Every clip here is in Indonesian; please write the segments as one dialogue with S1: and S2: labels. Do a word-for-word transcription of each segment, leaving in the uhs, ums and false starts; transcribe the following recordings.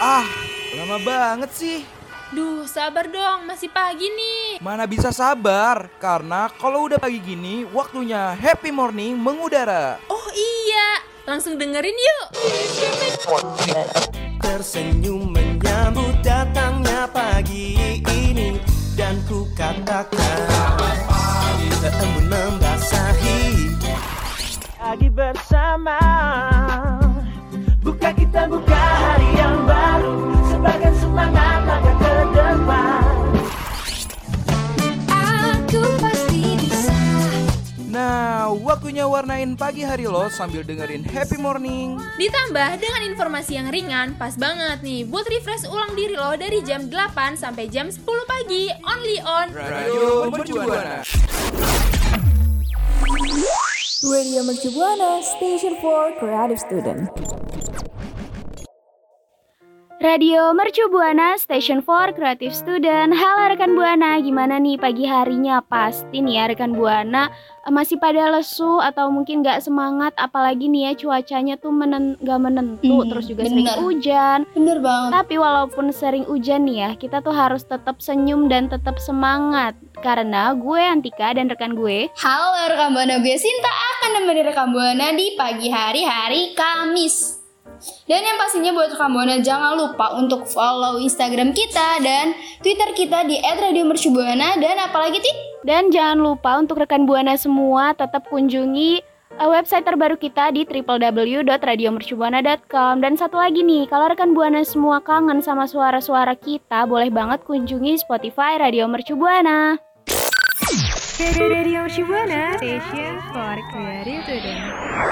S1: Ah, lama banget sih.
S2: Duh, sabar dong, masih pagi nih.
S1: Mana bisa sabar, karena kalau udah pagi gini, waktunya Happy Morning mengudara.
S2: Oh iya, langsung dengerin yuk.
S3: Tersenyum menyambut datangnya pagi ini, dan ku katakan selamat pagi. Embun membasahi pagi bersama. Buka kita buka hari yang baru, sebagai semangat langkah ke depan.
S4: Aku pasti bisa.
S1: Nah, waktunya warnain pagi hari lo sambil dengerin Happy Morning.
S2: Ditambah dengan informasi yang ringan, pas banget nih buat refresh ulang diri lo dari jam delapan sampai jam sepuluh pagi, only on
S1: Radio Mercubuana.
S5: Radio Mercubuana, Station for Creative Student.
S6: Radio Mercu Buana, Station for Creative Student. Halo rekan Buana, gimana nih pagi harinya? Pasti nih ya rekan Buana masih pada lesu atau mungkin gak semangat. Apalagi nih ya cuacanya tuh menen, gak menentu, hmm, terus juga bener. Sering hujan.
S4: Bener banget.
S6: Tapi walaupun sering hujan nih ya, kita tuh harus tetap senyum dan tetap semangat. Karena gue Antika dan rekan gue,
S4: halo rekan Buana, gue Sinta akan nemenin rekan Buana di pagi hari hari Kamis. Dan yang pastinya buat rekan Buana jangan lupa untuk follow Instagram kita dan Twitter kita di et radio mercubuana. Dan apalagi Tik?
S6: Dan jangan lupa untuk rekan Buana semua tetap kunjungi uh, website terbaru kita di double-u double-u double-u dot radio mercubuana dot com. Dan satu lagi nih, kalau rekan Buana semua kangen sama suara-suara kita, boleh banget kunjungi Spotify Radio Mercubuana.
S7: Radio Mercubuana, Station for Creative Student.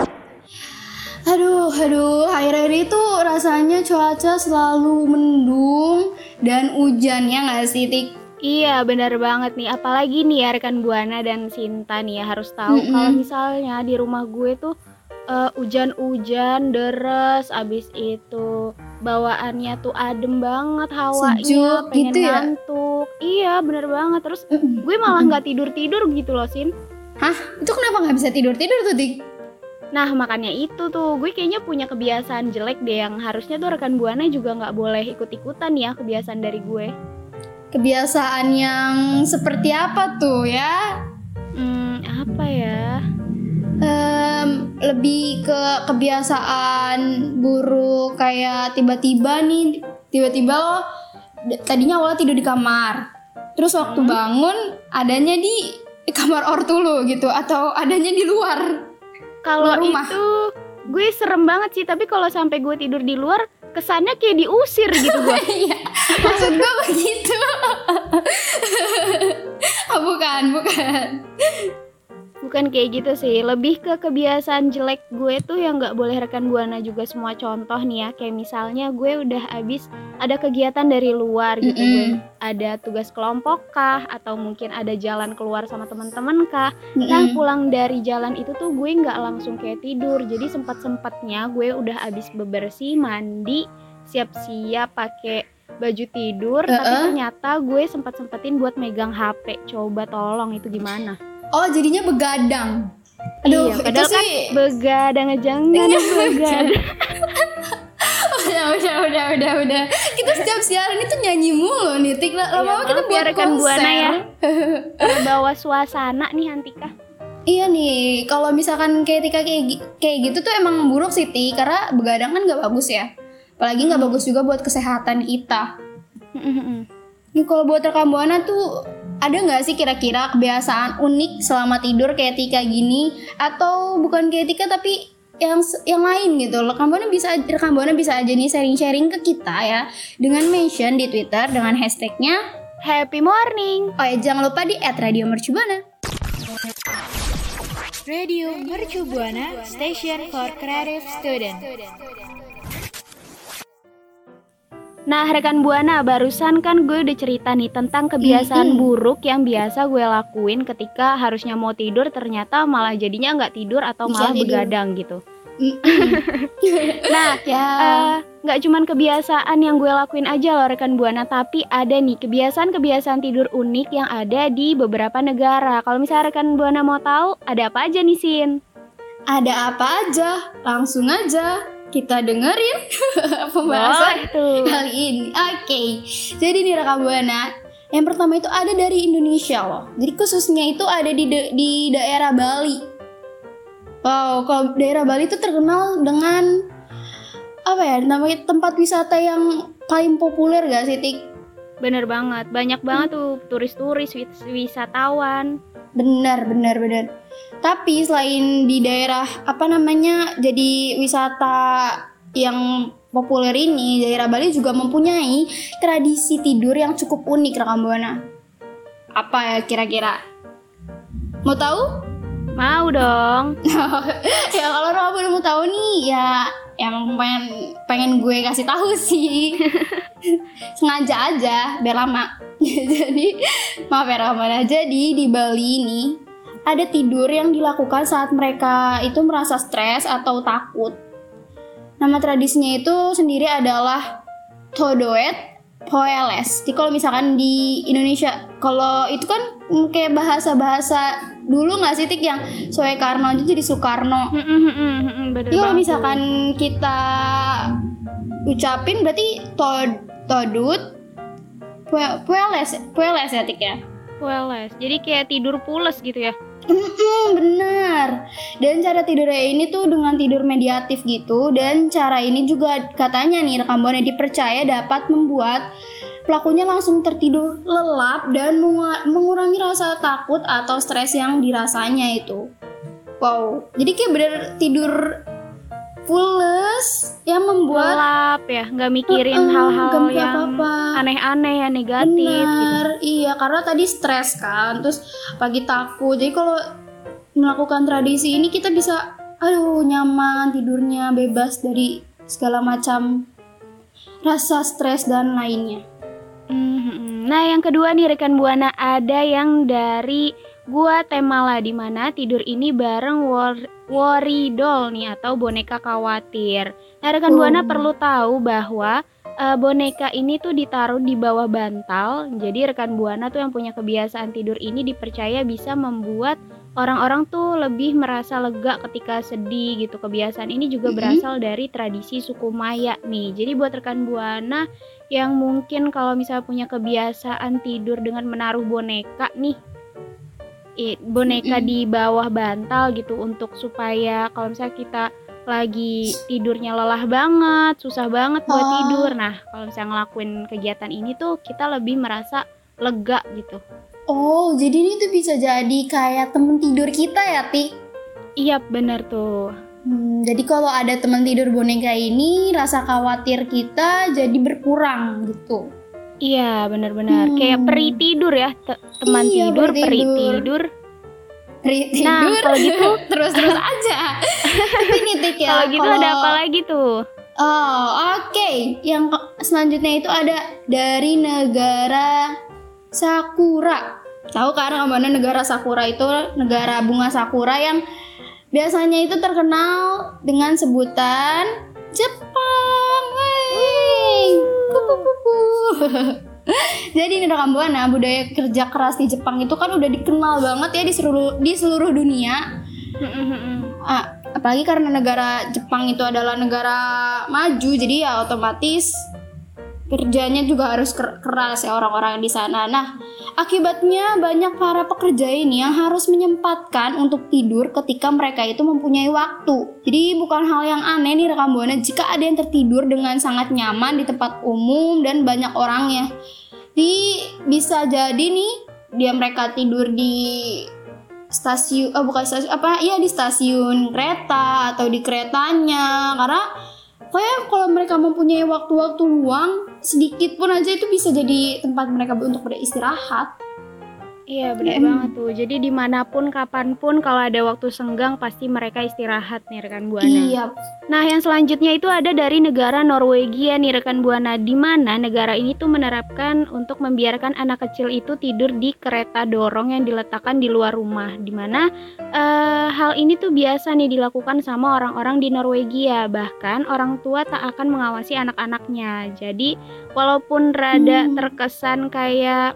S4: Aduh, aduh, akhir-akhir itu rasanya cuaca selalu mendung dan hujan, ya nggak sih, Tik?
S6: Iya, benar banget nih. Apalagi nih ya rekan Buana dan Sinta nih ya harus tahu mm-hmm. kalau misalnya di rumah gue tuh uh, hujan-hujan, deres, abis itu bawaannya tuh adem banget hawanya,
S4: sejuk,
S6: pengen
S4: gitu ya?
S6: ngantuk. Iya, benar banget. Terus mm-hmm. gue malah nggak tidur-tidur gitu loh, Sin.
S4: Hah? Itu kenapa nggak bisa tidur-tidur tuh, Tik?
S6: Nah makanya itu tuh gue kayaknya punya kebiasaan jelek deh yang harusnya tuh rekan Buana juga gak boleh ikut-ikutan ya kebiasaan dari gue.
S4: Kebiasaan yang seperti apa tuh ya?
S6: Hmm apa ya?
S4: Um, lebih ke kebiasaan buruk kayak tiba-tiba nih tiba-tiba lo tadinya awal tidur di kamar, terus waktu hmm. bangun adanya di kamar ortu lo gitu, atau adanya di luar.
S6: Kalau itu gue serem banget sih, tapi kalau sampai gue tidur di luar kesannya kayak diusir gitu gue.
S4: Iya, maksud gue begitu. Oh, bukan, bukan.
S6: Bukan kayak gitu sih, lebih ke kebiasaan jelek gue tuh yang gak boleh rekan Buana juga semua contoh nih ya. Kayak misalnya gue udah abis ada kegiatan dari luar gitu, mm-hmm. gue ada tugas kelompok kah, atau mungkin ada jalan keluar sama teman-teman kah. Mm-hmm. Nah pulang dari jalan itu tuh gue gak langsung kayak tidur, jadi sempat-sempatnya gue udah abis bebersih, mandi, siap-siap pakai baju tidur, uh-uh. tapi ternyata gue sempat-sempatin buat megang H P. Coba tolong itu gimana?
S4: Oh jadinya begadang. Aduh,
S6: iya, padahal
S4: itu
S6: kan
S4: sih
S6: begadang jangan begadang.
S4: udah, udah, udah, udah, udah. Kita setiap siaran itu nyanyi mulu nih, Tik. Lama-lama iya, kita buat
S6: rekan
S4: konser.
S6: Buana ya. Bawa suasana nih Antika.
S4: Iya nih, kalau misalkan kayak Tika kayak, kayak gitu tuh emang buruk sih, Tik. Karena begadang kan gak bagus ya. Apalagi gak hmm. bagus juga buat kesehatan kita. Nih kalau buat rekan Buana tuh ada nggak sih kira-kira kebiasaan unik selama tidur kayak Tika gini, atau bukan kayak Tika tapi yang yang lain gitu? Rekan Buana bisa rekan Buana bisa aja nih sharing-sharing ke kita ya dengan mention di Twitter dengan hashtagnya
S6: Happy Morning.
S4: Oh ya jangan lupa di et radio mercubuana.
S7: Radio Mercubuana, Station for Creative Student.
S6: Nah rekan Buana, barusan kan gue udah cerita nih tentang kebiasaan mm-hmm. buruk yang biasa gue lakuin ketika harusnya mau tidur, ternyata malah jadinya gak tidur atau malah Bisa begadang tidur. gitu. Nah ya. uh, gak cuman kebiasaan yang gue lakuin aja loh rekan Buana, tapi ada nih kebiasaan-kebiasaan tidur unik yang ada di beberapa negara. Kalau misalnya rekan Buana mau tahu, ada apa aja nih Sin?
S4: Ada apa aja? Langsung aja kita dengerin pembahasan
S6: Boleh tuh.
S4: kali ini. Oke, jadi nih rekam buana, yang pertama itu ada dari Indonesia loh. Jadi khususnya itu ada di de- di daerah Bali. Wow, kalau daerah Bali itu terkenal dengan apa ya, namanya tempat wisata yang paling populer gak sih, Tik?
S6: Bener banget, banyak banget tuh turis-turis, wis- wisatawan.
S4: Benar, benar, benar. Tapi selain di daerah apa namanya jadi wisata yang populer ini, daerah Bali juga mempunyai tradisi tidur yang cukup unik, rekam buana. Apa ya kira-kira? Mau tahu?
S6: Mau dong.
S4: Ya kalau rekam buana mau tahu nih, ya emang pengen pengen gue kasih tahu sih. Sengaja aja biar lama. Jadi maaf ya rekam buana. Jadi di Bali ini ada tidur yang dilakukan saat mereka itu merasa stres atau takut. Nama tradisinya itu sendiri adalah Todoet Poeles. Jadi kalau misalkan di Indonesia, kalau itu kan kayak bahasa-bahasa dulu nggak sih, Tik, yang Soekarno itu jadi Soekarno.
S6: Bener
S4: Jadi kalau
S6: banget
S4: misalkan kita ucapin berarti tod Todut Pue- Poeles Poeles ya, Tik ya.
S6: Pules. Jadi kayak tidur pules gitu ya.
S4: Mm-mm, benar. Dan cara tidurnya ini tuh dengan tidur mediatif gitu. Dan cara ini juga katanya nih rekam buana dipercaya dapat membuat pelakunya langsung tertidur lelap dan mengu- mengurangi rasa takut atau stres yang dirasanya itu. Wow. Jadi kayak bener tidur pules yang membuat
S6: Gelap ya, nggak mikirin
S4: Uh-uh,
S6: hal-hal
S4: nggak mikir
S6: yang
S4: apa-apa.
S6: aneh-aneh ya, negatif gitu.
S4: Benar, iya karena tadi stres kan, terus pagi takut. Jadi kalau melakukan tradisi ini kita bisa, aduh nyaman tidurnya, bebas dari segala macam rasa stres dan lainnya.
S6: Mhm. Nah yang kedua nih rekan buana, ada yang dari Guatemala, di mana tidur ini bareng war- worry doll nih atau boneka khawatir. Nah rekan
S4: Oh.
S6: buana perlu tahu bahwa eh, boneka ini tuh ditaruh di bawah bantal. Jadi rekan buana tuh yang punya kebiasaan tidur ini dipercaya bisa membuat orang-orang tuh lebih merasa lega ketika sedih gitu. Kebiasaan ini juga
S4: Mhm.
S6: berasal dari tradisi suku Maya nih. Jadi buat rekan buana yang mungkin kalau misalnya punya kebiasaan tidur dengan menaruh boneka nih, i- boneka
S4: Mm-mm.
S6: di bawah bantal gitu, untuk supaya kalau misalnya kita lagi tidurnya lelah banget, susah banget buat
S4: Oh.
S6: tidur. Nah, kalau misalnya ngelakuin kegiatan ini tuh kita lebih merasa lega gitu.
S4: Oh, jadi ini tuh bisa jadi kayak temen tidur kita ya, Ti?
S6: Iya, bener tuh.
S4: Hmm, jadi kalau ada teman tidur boneka ini, rasa khawatir kita jadi berkurang gitu.
S6: Iya, benar-benar.
S4: Hmm.
S6: Kayak peri tidur ya, te- teman
S4: Iya,
S6: tidur,
S4: peri
S6: peri
S4: tidur.
S6: tidur.
S4: Peri
S6: Nah,
S4: tidur,
S6: kalau gitu
S4: terus-terus aja. Tapi nih, Tik, ya.
S6: kalau gitu ada apa lagi tuh?
S4: Oh, oke. Yang ke- selanjutnya itu ada dari negara Sakura. Tahu kan mana negara Sakura itu negara bunga sakura yang biasanya itu terkenal dengan sebutan Jepang. Wey. Kupu-kupu. Jadi ini rekam buana, budaya kerja keras di Jepang itu kan udah dikenal banget ya di seluruh di seluruh dunia. Ah, apalagi karena negara Jepang itu adalah negara maju, jadi ya otomatis kerjanya juga harus ker- keras ya orang-orang di sana. Nah, akibatnya banyak para pekerja ini yang harus menyempatkan untuk tidur ketika mereka itu mempunyai waktu. Jadi bukan hal yang aneh nih rekam buana jika ada yang tertidur dengan sangat nyaman di tempat umum dan banyak orangnya. Di bisa jadi nih dia mereka tidur di stasiun, oh bukan stasiun apa? Iya di stasiun kereta atau di keretanya, karena kayak kalau mereka mempunyai waktu-waktu luang sedikit pun aja itu bisa jadi tempat mereka untuk beristirahat.
S6: Iya, benar
S4: Em.
S6: banget tuh. Jadi dimanapun, kapanpun kalau ada waktu senggang pasti mereka istirahat nih rekan buana.
S4: Iya.
S6: Nah, yang selanjutnya itu ada dari negara Norwegia nih rekan buana, di mana negara ini tuh menerapkan untuk membiarkan anak kecil itu tidur di kereta dorong yang diletakkan di luar rumah, di mana eh, hal ini tuh biasa nih dilakukan sama orang-orang di Norwegia. Bahkan orang tua tak akan mengawasi anak-anaknya. Jadi walaupun rada
S4: Hmm.
S6: terkesan kayak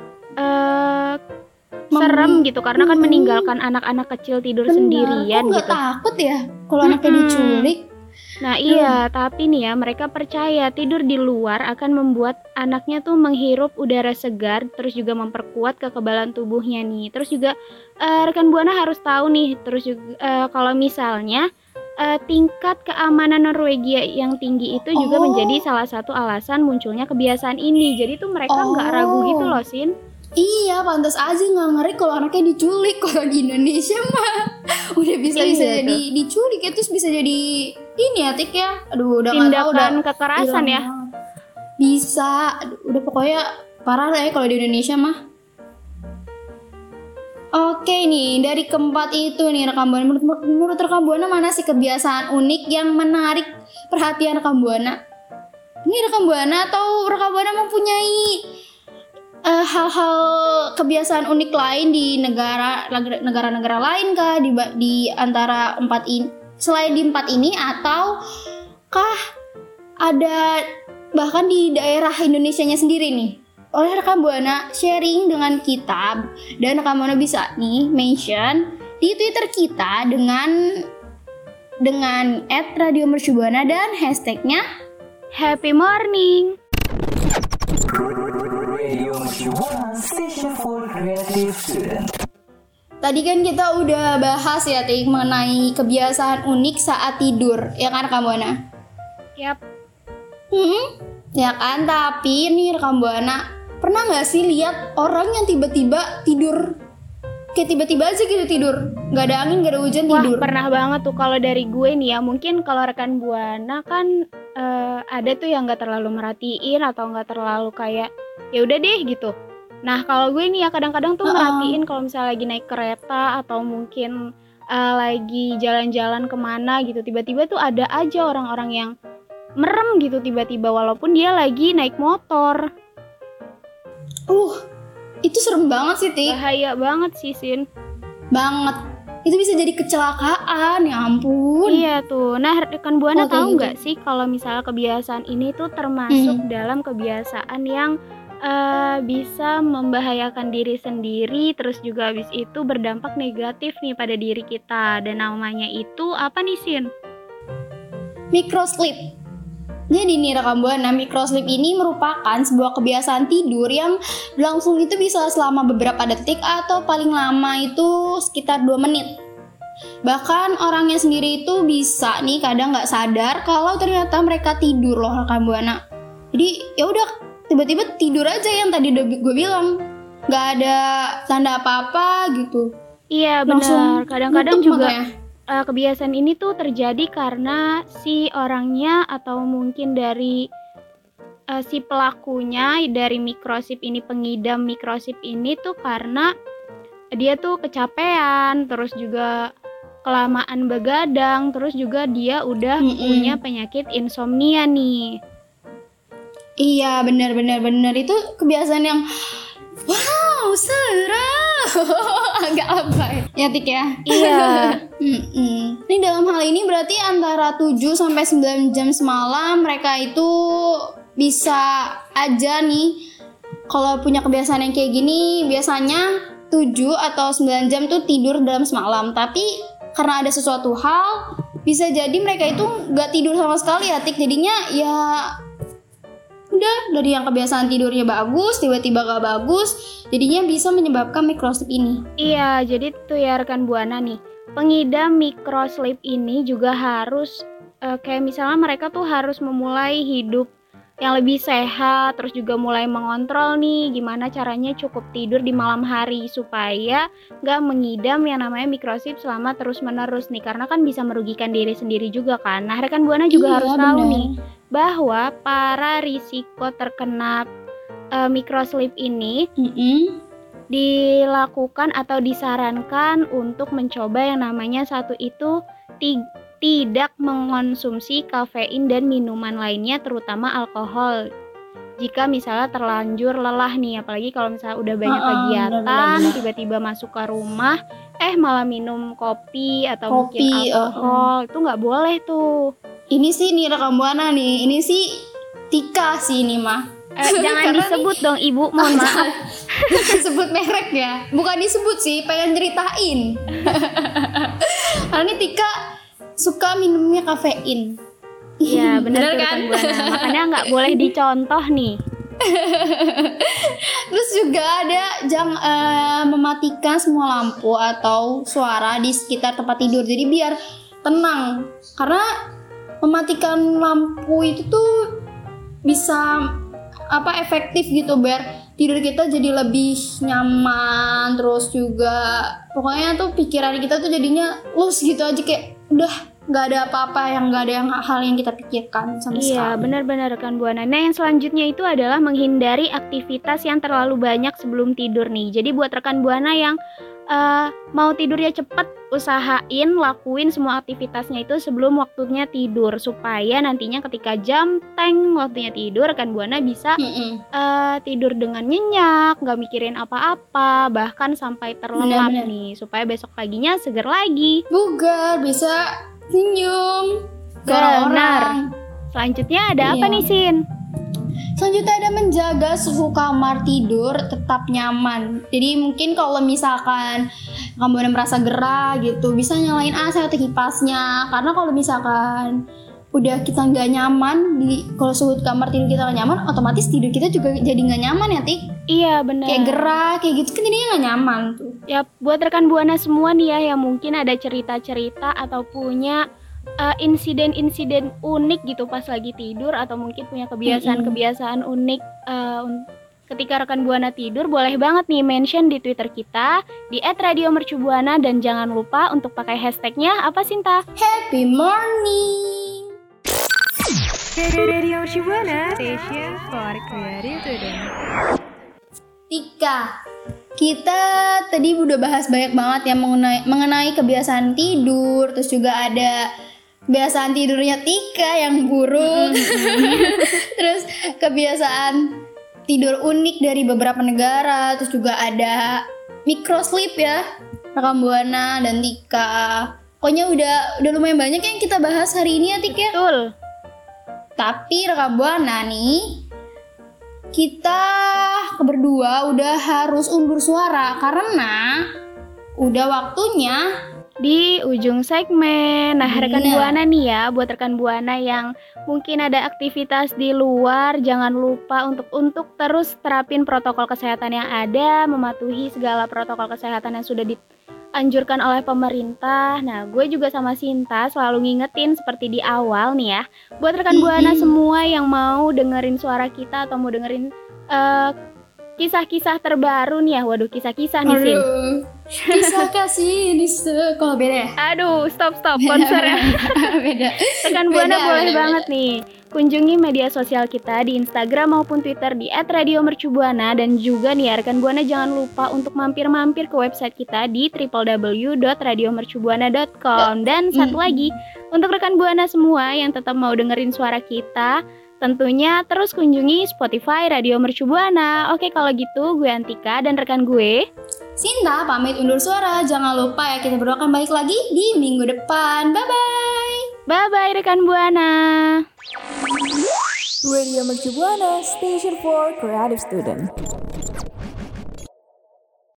S6: eh
S4: Mem-
S6: serem gitu, karena kan
S4: Hmm.
S6: meninggalkan anak-anak kecil tidur
S4: Benar.
S6: sendirian
S4: Kok nggak
S6: gitu.
S4: takut ya kalau anaknya
S6: Mm-mm.
S4: diculik?
S6: Nah iya, tapi nih ya mereka percaya tidur di luar akan membuat anaknya tuh menghirup udara segar, terus juga memperkuat kekebalan tubuhnya nih. Terus juga uh, rekan Buana harus tahu nih, terus juga uh, kalau misalnya uh, tingkat keamanan Norwegia yang tinggi itu juga
S4: Oh.
S6: menjadi salah satu alasan munculnya kebiasaan ini. Jadi tuh mereka nggak
S4: Oh.
S6: ragu gitu loh, Sin.
S4: Iya, pantas aja nggak ngeri kalau anaknya diculik. Kalau di Indonesia mah udah bisa bisa
S6: Iya
S4: jadi diculik ya, terus bisa jadi ini ya Tik ya. Aduh, udah nggak tahu udah
S6: Tindakan kekerasan
S4: hilang
S6: ya.
S4: banget. Bisa, Aduh, udah pokoknya parah lah ya kalau di Indonesia mah. Oke nih, dari keempat itu nih rekam Buana, menurut, menurut rekam Buana mana sih kebiasaan unik yang menarik perhatian rekam Buana? Ini rekam Buana atau rekam Buana mempunyai eh, hal-hal kebiasaan unik lain di negara negara-negara lain kah di di antara empat ini, selain di empat ini, atau kah ada bahkan di daerah Indonesianya sendiri nih? Oleh rekam Buana sharing dengan kita, dan rekam Buana bisa nih mention di Twitter kita dengan dengan et radio mercubuana dan hashtagnya
S6: Happy morning.
S3: Radio Mercubuana, station for creative student.
S4: Tadi kan kita udah bahas ya Tik mengenai kebiasaan unik saat tidur, ya kan rekam Buana?
S6: Yap.
S4: Hmm, ya kan. Tapi nih rekam Buana, pernah nggak sih lihat orang yang tiba-tiba tidur kayak tiba-tiba aja gitu tidur, nggak ada angin, nggak ada hujan,
S6: Wah,
S4: tidur?
S6: pernah banget tuh kalau dari gue nih ya. Mungkin kalau rekan Buana kan eh, ada tuh yang nggak terlalu merhatiin atau nggak terlalu kayak ya udah deh gitu. Nah kalau gue nih ya kadang-kadang tuh
S4: Uh-uh.
S6: merhatiin kalau misalnya lagi naik kereta atau mungkin eh, lagi jalan-jalan kemana gitu, tiba-tiba tuh ada aja orang-orang yang merem gitu tiba-tiba walaupun dia lagi naik motor.
S4: Uh, itu serem banget sih Tik,
S6: Bahaya banget sih, Sin.
S4: banget. Itu bisa jadi kecelakaan, ya ampun.
S6: Iya tuh. Nah, rekan Buana
S4: Oh, kayak
S6: tahu
S4: gitu.
S6: nggak sih kalau misalnya kebiasaan ini tuh termasuk
S4: Hmm.
S6: dalam kebiasaan yang eh, bisa membahayakan diri sendiri, terus juga habis itu berdampak negatif nih pada diri kita. Dan namanya itu apa nih, Sin?
S4: Microsleep. Jadi nih rekam Buana, microsleep ini merupakan sebuah kebiasaan tidur yang berlangsung itu bisa selama beberapa detik atau paling lama itu sekitar dua menit. Bahkan orangnya sendiri itu bisa nih kadang nggak sadar kalau ternyata mereka tidur loh rekam Buana. Jadi ya udah tiba-tiba tidur aja yang tadi udah gue bilang, nggak ada tanda apa-apa gitu.
S6: Iya
S4: Langsung
S6: benar. Kadang-kadang
S4: nutup
S6: juga
S4: makanya.
S6: eh, kebiasaan ini tuh terjadi karena si orangnya atau mungkin dari eh, si pelakunya dari microsleep ini, pengidam microsleep ini tuh karena dia tuh kecapean, terus juga kelamaan begadang, terus juga dia udah
S4: Mm-mm.
S6: punya penyakit insomnia nih.
S4: Iya benar-benar benar itu kebiasaan yang wow serem agak apa ya Tik ya.
S6: Iya.
S4: Mm-mm. Ini dalam hal ini berarti antara tujuh sampai sembilan jam semalam mereka itu bisa aja nih kalau punya kebiasaan yang kayak gini, biasanya tujuh atau sembilan jam tuh tidur dalam semalam. Tapi karena ada sesuatu hal bisa jadi mereka itu nggak tidur sama sekali ya Tik. Jadinya ya udah dari yang kebiasaan tidurnya bagus tiba-tiba gak bagus, jadinya bisa menyebabkan microsleep ini.
S6: Iya, jadi tuh ya rekan Buana nih, pengidam microsleep ini juga harus eh, kayak misalnya mereka tuh harus memulai hidup yang lebih sehat, terus juga mulai mengontrol nih gimana caranya cukup tidur di malam hari supaya nggak mengidam yang namanya microsleep selama terus-menerus nih, karena kan bisa merugikan diri sendiri juga kan. Nah, rekan Buana juga
S4: Iya,
S6: harus tahu
S4: benar.
S6: nih bahwa para risiko terkena eh, microsleep ini
S4: Mm-mm.
S6: dilakukan atau disarankan untuk mencoba yang namanya satu itu ti- tidak mengonsumsi kafein dan minuman lainnya terutama alkohol. Jika misalnya terlanjur lelah nih, apalagi kalau misalnya udah banyak
S4: Ah, ah,
S6: kegiatan,
S4: benar-benar.
S6: tiba-tiba masuk ke rumah, eh malah minum kopi atau
S4: Kopi,
S6: mungkin
S4: ah,
S6: alkohol, itu nggak boleh tuh.
S4: Ini sih nih rekam Buana nih, ini sih Tika sih ini mah.
S6: Eh, jangan
S4: Karena
S6: disebut dong ibu, mohon maaf.
S4: Sebut merek ya, bukan disebut sih, pengen ceritain. Karena ini Tika suka minumnya kafein.
S6: Iya benar
S4: Bener
S6: tuh
S4: kan?
S6: rekan Buana. Makanya nggak boleh dicontoh nih.
S4: Terus juga ada jangan eh, mematikan semua lampu atau suara di sekitar tempat tidur. Jadi biar tenang. Karena mematikan lampu itu tuh bisa apa efektif gitu biar tidur kita jadi lebih nyaman. Terus juga pokoknya tuh pikiran kita tuh jadinya loose gitu aja, kayak udah nggak ada apa-apa, yang nggak ada yang hal yang kita pikirkan sama sekali.
S6: Iya benar-benar rekan Buana. Nah yang selanjutnya itu adalah menghindari aktivitas yang terlalu banyak sebelum tidur nih. Jadi buat rekan Buana yang uh, mau tidurnya cepet, usahain lakuin semua aktivitasnya itu sebelum waktunya tidur, supaya nantinya ketika jam teng waktunya tidur rekan Buana bisa uh, tidur dengan nyenyak, nggak mikirin apa-apa, bahkan sampai terlelap
S4: Benar-benar.
S6: nih, supaya besok paginya seger lagi.
S4: Bugar, bisa senyum ke
S6: Benar.
S4: orang.
S6: Selanjutnya ada apa
S4: Iya.
S6: nih Sin?
S4: Selanjutnya ada menjaga suhu kamar tidur tetap nyaman. Jadi mungkin kalau misalkan kamu udah merasa gerah gitu, bisa nyalain A C atau kipasnya. Karena kalau misalkan udah kita nggak nyaman di kalau suhu kamar tidur kita nggak nyaman, otomatis tidur kita juga jadi nggak nyaman ya, Tik.
S6: Iya benar.
S4: Kayak gerah, kayak gitu kan jadinya nggak nyaman tuh.
S6: Ya buat rekan Buana semua nih ya yang mungkin ada cerita-cerita atau punya uh, insiden-insiden unik gitu pas lagi tidur, atau mungkin punya kebiasaan-kebiasaan unik uh, un- ketika rekan Buana tidur, boleh banget nih mention di Twitter kita di et radio mercubuana, dan jangan lupa untuk pakai hashtagnya apa Sinta?
S4: Happy morning.
S7: Radio Mercubuana, station for creative student.
S4: Tika, kita tadi udah bahas banyak banget ya mengenai, mengenai kebiasaan tidur. Terus juga ada kebiasaan tidurnya Tika yang buruk. Terus kebiasaan tidur unik dari beberapa negara. Terus juga ada micro sleep ya, rekam Buana dan Tika. Pokoknya udah udah lumayan banyak yang kita bahas hari ini ya, Tik ya.
S6: Betul.
S4: Tapi rekam Buana nih, kita berdua udah harus undur suara karena udah waktunya
S6: Di ujung segmen. Nah rekan
S4: Bener.
S6: Buana nih ya, buat rekan Buana yang mungkin ada aktivitas di luar, jangan lupa untuk untuk terus terapin protokol kesehatan yang ada, mematuhi segala protokol kesehatan yang sudah dianjurkan oleh pemerintah. Nah gue juga sama Sinta selalu ngingetin seperti di awal nih ya, buat rekan Buana semua yang mau dengerin suara kita atau mau dengerin eh, kisah-kisah terbaru nih ya. Waduh, kisah-kisah nih Sin.
S4: Aduh, kisah kasih di sekolah beda ya?
S6: Aduh, stop stop konsernya.
S4: Beda.
S6: Rekan Buana
S4: Beda,
S6: boleh
S4: beda,
S6: banget nih kunjungi media sosial kita di Instagram maupun Twitter di et radio mercubuana, dan juga nih ya rekan Buana jangan lupa untuk mampir-mampir ke website kita di w w w dot radio mercubuana dot com. Dan satu lagi untuk rekan Buana semua yang tetap mau dengerin suara kita, tentunya terus kunjungi Spotify Radio Mercubuana. Oke kalau gitu gue Antika dan rekan gue
S4: Sinta pamit undur suara. Jangan lupa ya, kita berdua akan balik lagi di minggu depan. Bye-bye.
S6: bye-bye rekan Buana.
S5: Radio Mercubuana, station for creative student.